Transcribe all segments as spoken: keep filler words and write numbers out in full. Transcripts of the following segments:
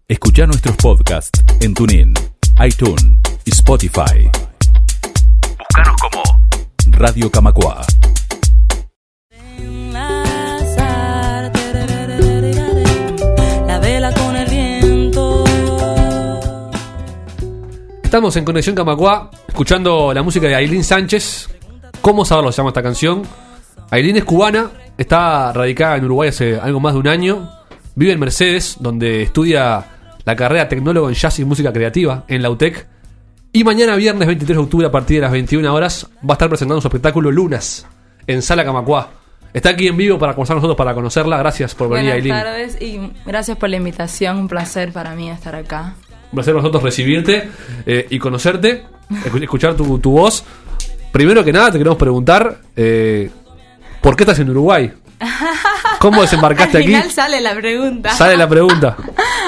Escuchá nuestros podcasts en TuneIn, iTunes y Spotify. Búscanos como Radio Camacuá. La vela con el viento. Estamos en Conexión Camacuá, escuchando la música de Ailín Sánchez. ¿Cómo saberlo? Se llama esta canción. Ailín es cubana, está radicada en Uruguay hace algo más de un año. Vive en Mercedes, donde estudia la carrera Tecnólogo en Jazz y Música Creativa en la U T E C. Y mañana viernes veintitrés de octubre a partir de las veintiuna horas va a estar presentando su espectáculo Lunas en Sala Camacuá. Está aquí en vivo para conversar con nosotros, para conocerla. Gracias por venir, Ailín. Buenas tardes y gracias por la invitación. Un placer para mí estar acá. Un placer para nosotros recibirte eh, y conocerte, escuchar tu, tu voz. Primero que nada te queremos preguntar, eh, ¿por qué estás en Uruguay? ¿Cómo desembarcaste aquí? Al final sale la pregunta. Sale la pregunta.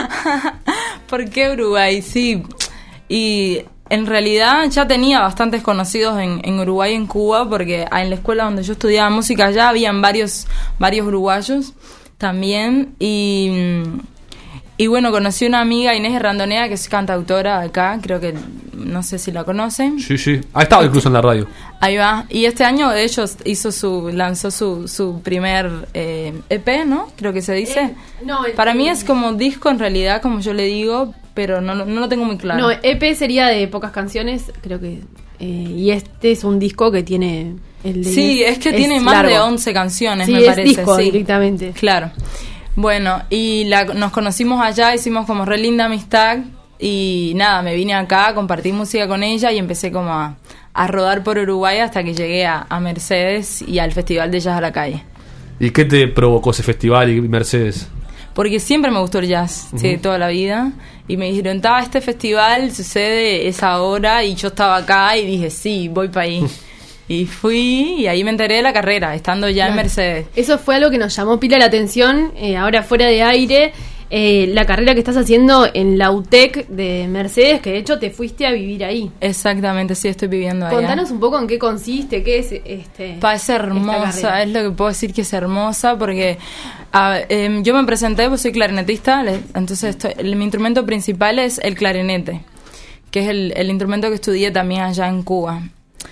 ¿Por qué Uruguay? Sí, y en realidad ya tenía bastantes conocidos en, en Uruguay y en Cuba, porque en la escuela donde yo estudiaba música ya habían varios, varios uruguayos también, y... Y bueno, conocí una amiga, Inés Randonea, que es cantautora acá, creo que, no sé si la conocen. Sí, sí, ha estado incluso en la radio. Ahí va, y este año de hecho hizo su, lanzó su, su primer eh, E P, ¿no? Creo que se dice. Eh, no, el, Para el, mí es como disco en realidad, como yo le digo, pero no, no, no lo tengo muy claro. No, E P sería de pocas canciones, creo que, eh, y este es un disco que tiene... El de sí, es que es tiene más largo. de once canciones, sí, me es parece. Disco, sí, directamente. Claro. Bueno, y la, nos conocimos allá, hicimos como re linda amistad y nada, me vine acá, compartí música con ella y empecé como a, a rodar por Uruguay hasta que llegué a, a Mercedes y al Festival de Jazz a la Calle. ¿Y qué te provocó ese festival y Mercedes? Porque siempre me gustó el jazz, uh-huh. sí, toda la vida. Y me dijeron, estaba este festival, sucede esa hora, y yo estaba acá y dije, sí, voy para ahí. Y fui y ahí me enteré de la carrera, estando ya claro. en Mercedes. Eso fue algo que nos llamó pila la atención, eh, ahora fuera de aire, eh, la carrera que estás haciendo en la U T E C de Mercedes, que de hecho te fuiste a vivir ahí. Exactamente, sí, estoy viviendo ahí. Contanos un poco en qué consiste, qué es este. Pa, es hermosa, es lo que puedo decir que es hermosa, porque a, eh, yo me presenté, pues soy clarinetista, entonces estoy, el, mi instrumento principal es el clarinete, que es el, el instrumento que estudié también allá en Cuba.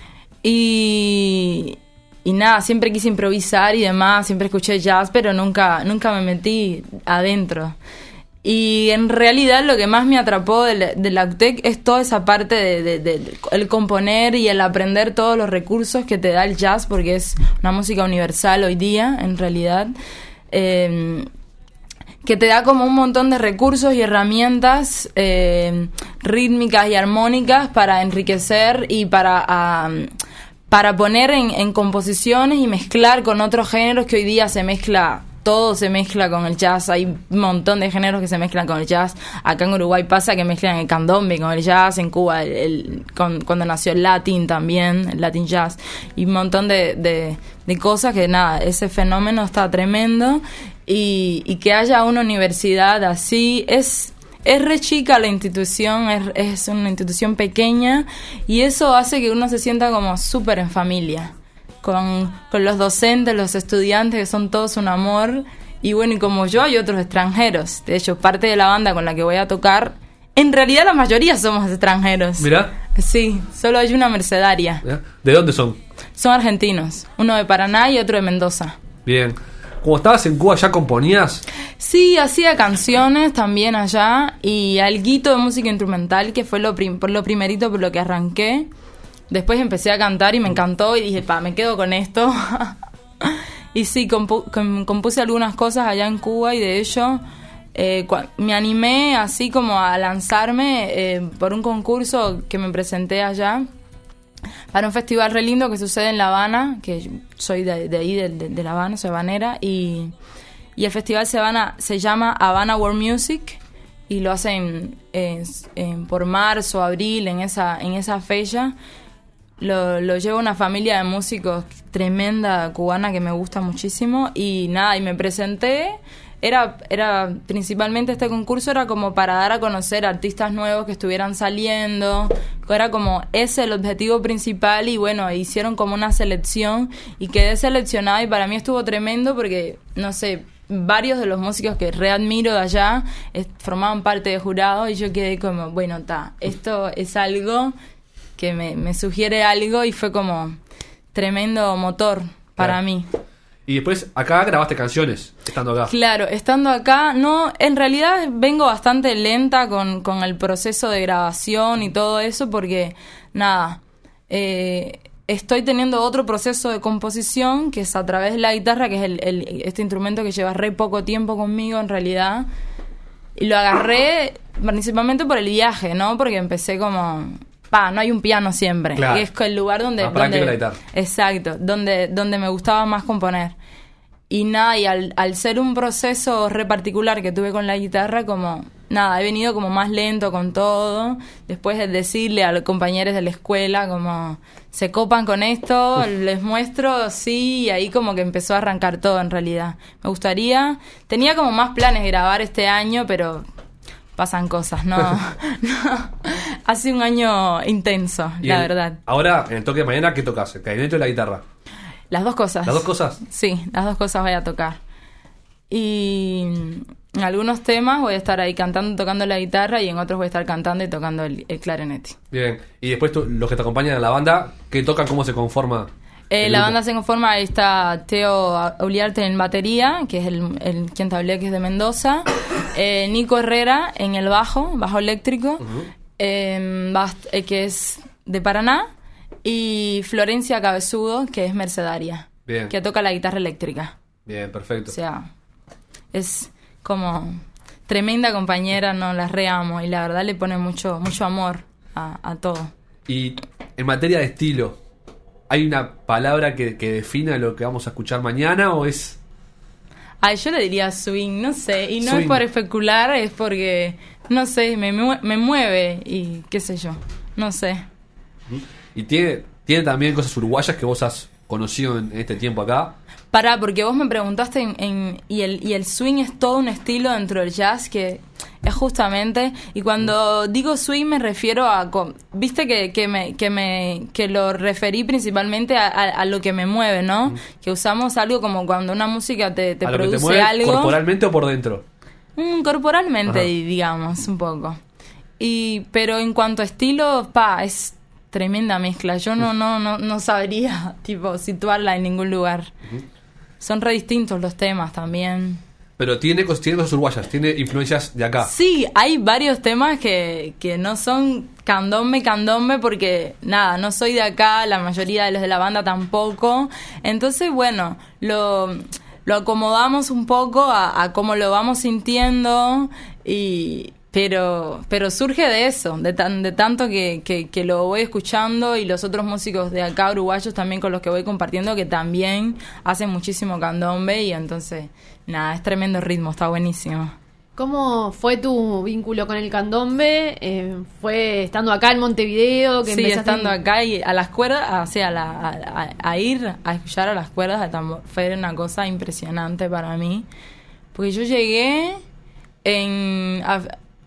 Y, y nada, siempre quise improvisar y demás, siempre escuché jazz, pero nunca, nunca me metí adentro. Y en realidad lo que más me atrapó de la, de la U T E C es toda esa parte de, de, de, de el componer y el aprender todos los recursos que te da el jazz, porque es una música universal hoy día, en realidad. Eh, que te da como un montón de recursos y herramientas eh, rítmicas y armónicas para enriquecer y para, um, para poner en, en composiciones y mezclar con otros géneros que hoy día se mezcla, todo se mezcla con el jazz. Hay un montón de géneros que se mezclan con el jazz. Acá en Uruguay pasa que mezclan el candombe con el jazz, en Cuba el, el, con, cuando nació el latin también, el latin jazz, y un montón de, de, de cosas que nada, ese fenómeno está tremendo. Y, y que haya una universidad así, es, es re chica la institución, es, es una institución pequeña, y eso hace que uno se sienta como súper en familia, con, con los docentes, los estudiantes, que son todos un amor, y bueno, y como yo hay otros extranjeros. De hecho, parte de la banda con la que voy a tocar, en realidad la mayoría somos extranjeros. ¿Mirá? Sí, solo hay una mercedaria. ¿De dónde son? Son argentinos, uno de Paraná y otro de Mendoza. Bien. ¿Cuando estabas en Cuba ya componías? Sí, hacía canciones también allá y alguito de música instrumental, que fue lo, prim- por lo primerito por lo que arranqué. Después empecé a cantar y me encantó y dije, pa, me quedo con esto. Y sí, compu- com- compuse algunas cosas allá en Cuba y de hecho eh, cu- me animé así como a lanzarme eh, por un concurso que me presenté allá para un festival re lindo que sucede en La Habana, que soy de, de ahí, de, de, de La Habana, soy habanera, y, y el festival se, Habana, se llama Havana World Music, y lo hacen eh, eh, por marzo, abril, en esa, en esa fecha. Lo, lo lleva una familia de músicos tremenda cubana que me gusta muchísimo, y nada, y me presenté. Era, era principalmente este concurso era como para dar a conocer artistas nuevos que estuvieran saliendo, era como ese el objetivo principal, y bueno, hicieron como una selección y quedé seleccionada, y para mí estuvo tremendo porque, no sé, varios de los músicos que readmiro de allá es, formaban parte de jurado y yo quedé como, bueno, ta, esto es algo que me, me sugiere algo y fue como tremendo motor para Claro. mí. Y después acá grabaste canciones, estando acá. Claro, estando acá, no, en realidad vengo bastante lenta con, con el proceso de grabación y todo eso porque, nada, eh, estoy teniendo otro proceso de composición que es a través de la guitarra, que es el, el, este instrumento que lleva re poco tiempo conmigo en realidad. Y lo agarré principalmente por el viaje, ¿no? Porque empecé como... Pa, no hay un piano siempre. Claro. Y es el lugar donde... Más práctico donde la guitarra. Exacto, donde, donde me gustaba más componer. Y nada, y al, al ser un proceso re particular que tuve con la guitarra, como... Nada, he venido como más lento con todo. Después de decirle a los compañeros de la escuela como... Se copan con esto, Uf. les muestro, sí, y ahí como que empezó a arrancar todo en realidad. Me gustaría... Tenía como más planes de grabar este año, pero... Pasan cosas, no, no. Ha sido un año intenso, Y la el- verdad. Ahora, en el toque de mañana, ¿qué tocas? ¿El clarinete o la guitarra? Las dos cosas. ¿Las dos cosas? Sí, las dos cosas voy a tocar. Y en algunos temas voy a estar ahí cantando, tocando la guitarra, y en otros voy a estar cantando y tocando el, el clarinete. Bien. Y después tú, los que te acompañan en la banda, ¿qué tocan? ¿Cómo se conforma? Eh, el la grupo? banda se conforma, ahí está Teo Auliarte en batería, que es el, el quien te hablé, que es de Mendoza. Eh, Nico Herrera en el bajo, bajo eléctrico, Ujú. eh, bast- eh, que es de Paraná. Y Florencia Cabezudo, que es mercedaria, Bien. que toca la guitarra eléctrica. Bien, perfecto. O sea, es como tremenda compañera, no la reamo, y la verdad le pone mucho, mucho amor a, a todo. Y en materia de estilo, ¿hay una palabra que, que defina lo que vamos a escuchar mañana o es...? Ay, yo le diría swing, no sé, y no Swing. es por especular, es porque, no sé, me, mue- me mueve y qué sé yo, no sé. Y tiene, tiene también cosas uruguayas que vos has conocido en este tiempo acá. Pará, porque vos me preguntaste en, en- y, el, y el swing es todo un estilo dentro del jazz que es justamente, y cuando digo swing me refiero a, co- viste que, que, me, que, me, que lo referí principalmente a, a, a lo que me mueve, ¿no? Que usamos algo como cuando una música te, te a lo que produce te mueve algo. corporalmente o por dentro. Mm, corporalmente, Ajá. digamos, un poco. Y pero en cuanto a estilo, pa, es tremenda mezcla. Yo no no no no sabría tipo situarla en ningún lugar. Son re distintos los temas también. Pero tiene, cos- tiene cosas uruguayas, tiene influencias de acá. Sí, hay varios temas que, que no son candombe, candombe, porque nada, no soy de acá, la mayoría de los de la banda tampoco. Entonces, bueno, lo, lo acomodamos un poco a, a cómo lo vamos sintiendo, y pero pero surge de eso, de, tan, de tanto que, que, que lo voy escuchando, y los otros músicos de acá, uruguayos también con los que voy compartiendo, que también hacen muchísimo candombe, y entonces, nada, es tremendo ritmo, está buenísimo. ¿Cómo fue tu vínculo con el candombe? Eh, ¿Fue estando acá en Montevideo? Que Sí, empezaste estando en- acá y a las cuerdas, o sea, a, la- a- a- a ir a escuchar a las cuerdas de tambor fue una cosa impresionante para mí. Porque yo llegué en, a-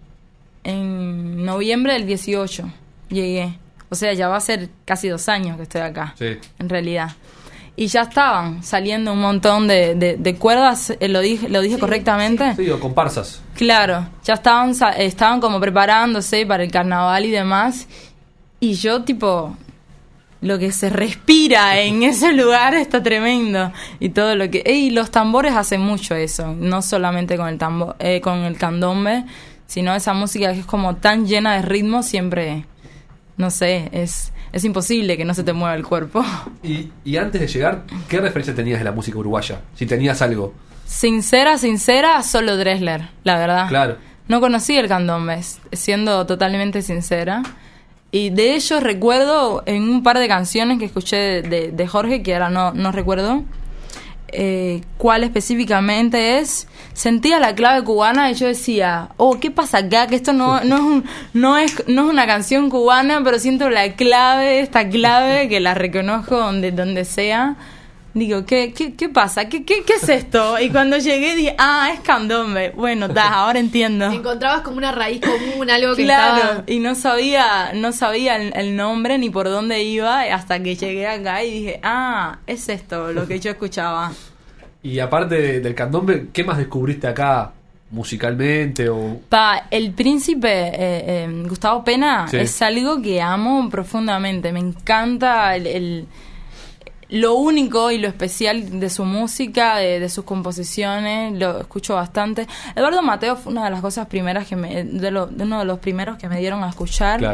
en noviembre del dieciocho, llegué. O sea, ya va a ser casi dos años que estoy acá, Sí. en realidad. Y ya estaban saliendo un montón de, de, de cuerdas, eh, ¿lo dije, lo dije Sí, correctamente? Sí, o comparsas. Claro, ya estaban sa- estaban como preparándose para el carnaval y demás, y yo tipo, lo que se respira en ese lugar está tremendo, y todo lo que, y los tambores hacen mucho eso, no solamente con el tambor, eh, con el candombe, sino esa música que es como tan llena de ritmo, siempre, no sé, es es imposible que no se te mueva el cuerpo. Y, y antes de llegar, ¿qué referencia tenías de la música uruguaya? Si tenías algo. Sincera, sincera, solo Dressler, la verdad. Claro. No conocí el candombe, siendo totalmente sincera. Y de ellos recuerdo en un par de canciones que escuché de, de, de Jorge, que ahora no, no recuerdo eh, cuál específicamente es. Sentía la clave cubana y yo decía, oh, ¿qué pasa acá? Que esto no, no, es, un, no, es, no es una canción cubana, pero siento la clave, esta clave que la reconozco donde, donde sea. Digo, ¿qué, qué, qué pasa? ¿Qué, qué, ¿Qué es esto? Y cuando llegué dije, ah, es candombe. Bueno, ta, ahora entiendo. Encontrabas como una raíz común, algo que Claro, estaba... y no sabía, no sabía el, el nombre ni por dónde iba hasta que llegué acá y dije, ah, es esto lo que yo escuchaba. Y aparte de- del candombe, ¿qué más descubriste acá musicalmente? O... Pa, El Príncipe, eh, eh, Gustavo Pena, Sí. es algo que amo profundamente. Me encanta el, el- lo único y lo especial de su música, de, de sus composiciones. Lo escucho bastante. Eduardo Mateo fue una de las cosas primeras que me, de, lo- de uno de los primeros que me dieron a escuchar. Claro.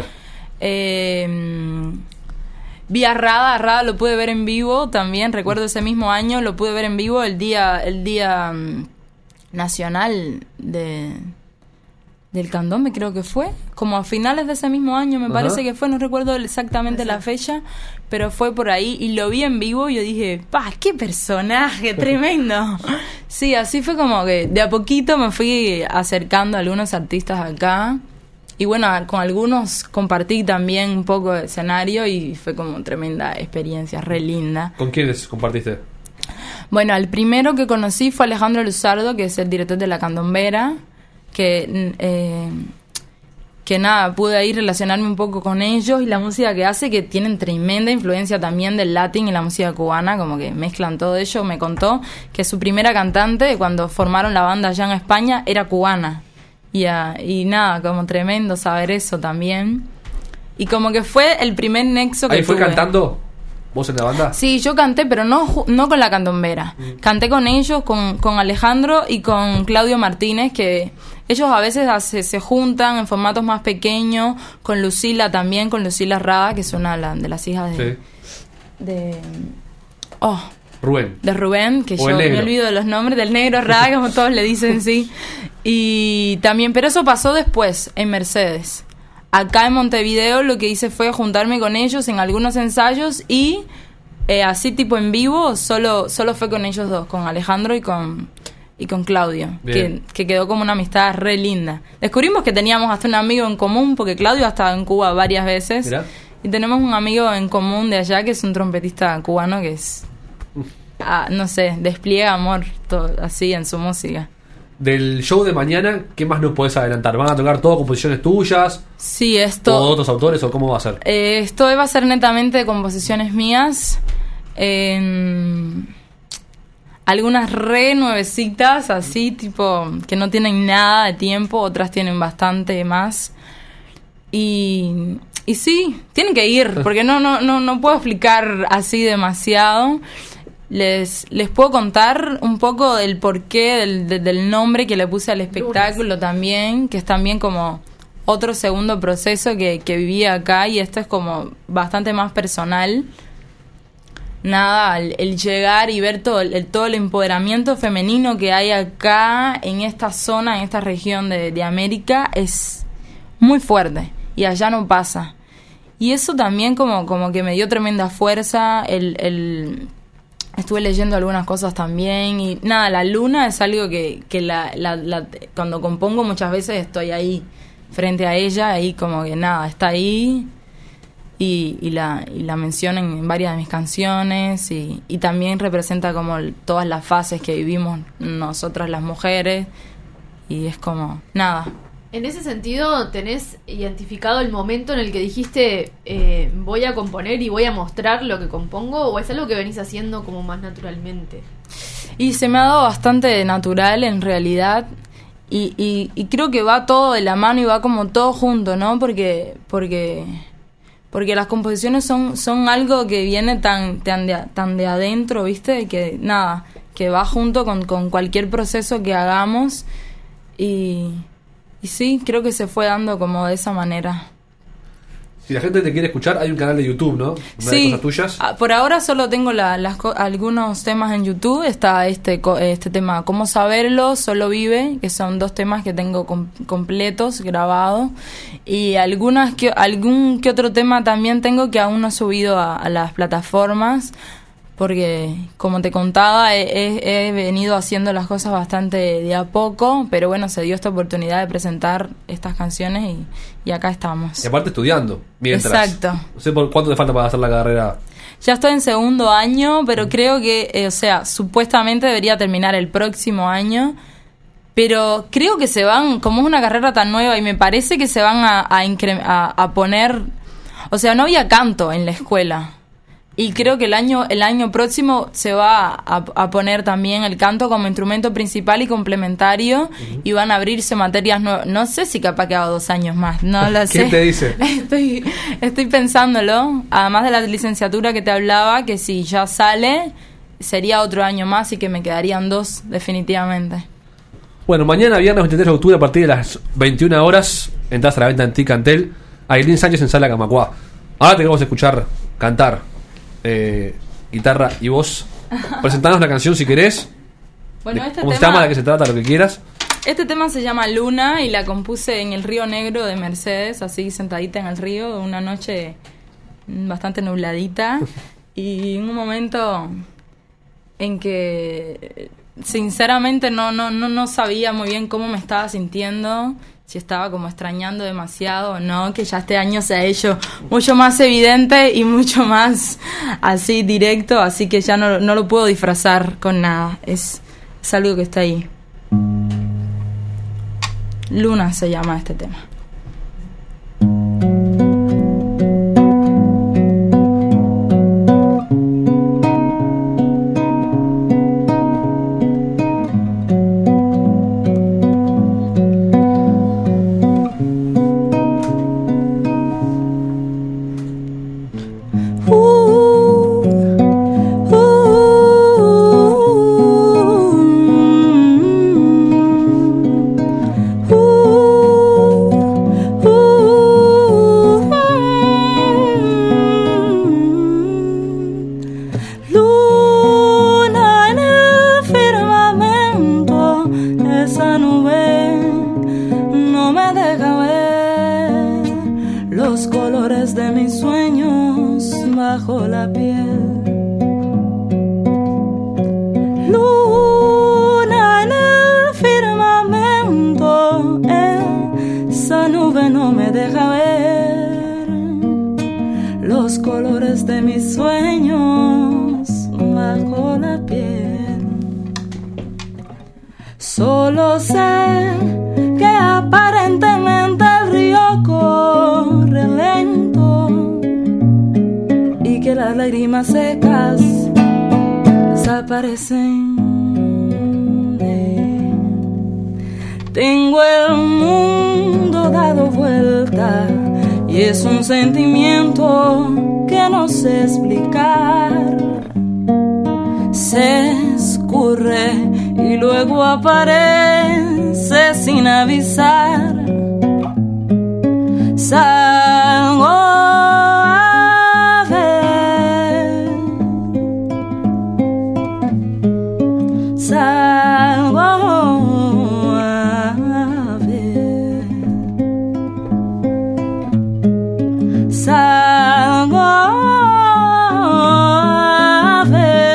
Eh, vi a Rada, a Rada lo pude ver en vivo también. Recuerdo ese mismo año lo pude ver en vivo el día, el día mm, nacional de del candombe, creo que fue, como a finales de ese mismo año, me Ajá. parece que fue, no recuerdo exactamente la fecha, pero fue por ahí y lo vi en vivo y yo dije, ¡pah, qué personaje tremendo! Sí, así fue como que de a poquito me fui acercando a algunos artistas acá y bueno, con algunos compartí también un poco de escenario y fue como tremenda experiencia, re linda. ¿Con quiénes compartiste? Bueno, el primero que conocí fue Alejandro Luzardo, que es el director de La Candombera, que, eh, que nada, pude ahí relacionarme un poco con ellos y la música que hace, que tienen tremenda influencia también del latín y la música cubana, como que mezclan todo ello. Me contó que su primera cantante, cuando formaron la banda allá en España, era cubana. Y, ah, y nada, como tremendo saber eso también. Y como que fue el primer nexo que ¿Ahí fue tuve. cantando? ¿Vos en la banda? Sí, yo canté, pero no ju- no con la candombera. Canté con ellos, con, con Alejandro y con Claudio Martínez, que ellos a veces hace- se juntan en formatos más pequeños, con Lucila también, con Lucila Rada, que es una de, la- de las hijas de... Sí. de oh, Rubén. de Rubén, que O yo el me negro. olvido de los nombres, del negro Rada, como todos le dicen, sí. Y también, pero eso pasó después, en Mercedes. Acá en Montevideo lo que hice fue juntarme con ellos en algunos ensayos y eh, así tipo en vivo solo solo fue con ellos dos, con Alejandro y con y con Claudio, que, Bien. que quedó como una amistad re linda. Descubrimos que teníamos hasta un amigo en común, porque Claudio ha estado en Cuba varias veces. Mirá. Y tenemos un amigo en común de allá que es un trompetista cubano que es, ah, no sé, despliega amor todo, así en su música. Del show de mañana, ¿qué más nos podés adelantar? ¿Van a tocar todo composiciones tuyas? Sí, ¿O esto... de otros autores? ¿O cómo va a ser? Eh, esto va a ser netamente de composiciones mías. Eh, algunas re nuevecitas, así, tipo, que no tienen nada de tiempo, otras tienen bastante más. Y, y sí, tienen que ir, porque no, no, no, no puedo explicar así demasiado. Les, les puedo contar un poco del porqué del, de- del nombre que le puse al espectáculo también, que es también como otro segundo proceso que, que viví acá y esto es como bastante más personal. Nada, el, el llegar y ver todo el, el- todo el empoderamiento femenino que hay acá en esta zona, en esta región de, de América es muy fuerte y allá no pasa. Y eso también como, como que me dio tremenda fuerza, el... el estuve leyendo algunas cosas también y nada, la luna es algo que, que la, la, la, cuando compongo muchas veces estoy ahí frente a ella, ahí como que nada, está ahí y, y, la, y la menciono en varias de mis canciones y, y también representa como el- todas las fases que vivimos nosotras las mujeres y es como, nada. En ese sentido, ¿tenés identificado el momento en el que dijiste eh, voy a componer y voy a mostrar lo que compongo? ¿O es algo que venís haciendo como más naturalmente? Y se me ha dado bastante natural en realidad y, y, y creo que va todo de la mano y va como todo junto, ¿no? Porque porque porque las composiciones son son algo que viene tan tan de, tan de adentro, ¿viste? Que nada, que va junto con, con cualquier proceso que hagamos y, y sí, creo que se fue dando como de esa manera. Si la gente te quiere escuchar, hay un canal de YouTube, ¿no? Donde hay Sí, cosas tuyas. ah, por ahora solo tengo la- las co- algunos temas en YouTube. Está este co- este tema ¿Cómo saberlo? Solo vive, que son dos temas que tengo com- completos grabados y algunas que algún que otro tema también tengo que aún no he subido a, a las plataformas porque como te contaba he, he- he venido haciendo las cosas bastante de a poco, pero bueno, se dio esta oportunidad de presentar estas canciones y, y acá estamos. Y aparte estudiando, mientras. Exacto. No sé por cuánto te falta para hacer la carrera. Ya estoy en segundo año, pero creo que, eh, o sea, supuestamente debería terminar el próximo año, pero creo que se van, como es una carrera tan nueva y me parece que se van a, a, incre- a, a poner, o sea, no había canto en la escuela, Y creo que el año el año próximo se va a, a poner también el canto como instrumento principal y complementario, uh-huh. y van a abrirse materias nuevas. No sé si capaz que hago dos años más, no lo sé. ¿Quién te dice? Estoy, estoy pensándolo, además de la licenciatura que te hablaba, que si ya sale, sería otro año más y que me quedarían dos, definitivamente. Bueno, mañana, viernes veintitrés de octubre, a partir de las veintiuna horas, entras a la venta en Ticantel, Ailín Sánchez en Sala Camacuá. Ahora te vamos a escuchar cantar. Eh, guitarra y voz. Presentanos la canción si querés. Bueno, este ¿Cómo tema, se llama? ¿De qué se trata? Lo que quieras. Este tema se llama Luna y la compuse en el Río Negro de Mercedes, así sentadita en el río, una noche bastante nubladita y un momento en que sinceramente no, no, no, no sabía muy bien cómo me estaba sintiendo, si estaba como extrañando demasiado o no, que ya este año se ha hecho mucho más evidente y mucho más así directo, así que ya no, no lo puedo disfrazar con nada, es, es algo que está ahí. Luna se llama este tema. Solo sé que aparentemente el río corre lento y que las lágrimas secas desaparecen. Tengo el mundo dado vuelta y es un sentimiento que no sé explicar. Se escurre y luego aparece sin avisar. Salgo a ver, salgo a ver, salgo a ver.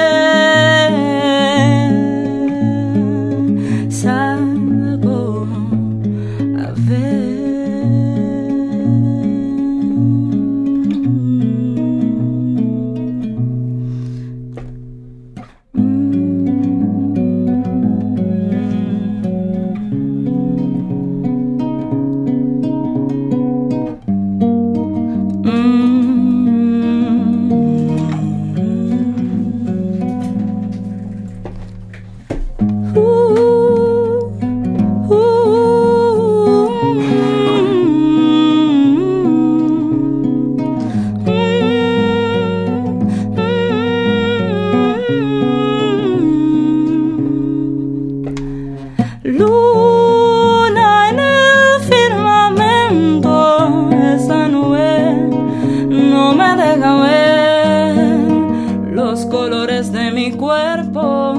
Luna en el firmamento, esa nube no me deja ver los colores de mi cuerpo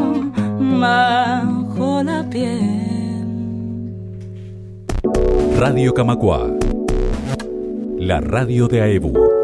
bajo la piel. Radio Camacuá, la radio de A E B U.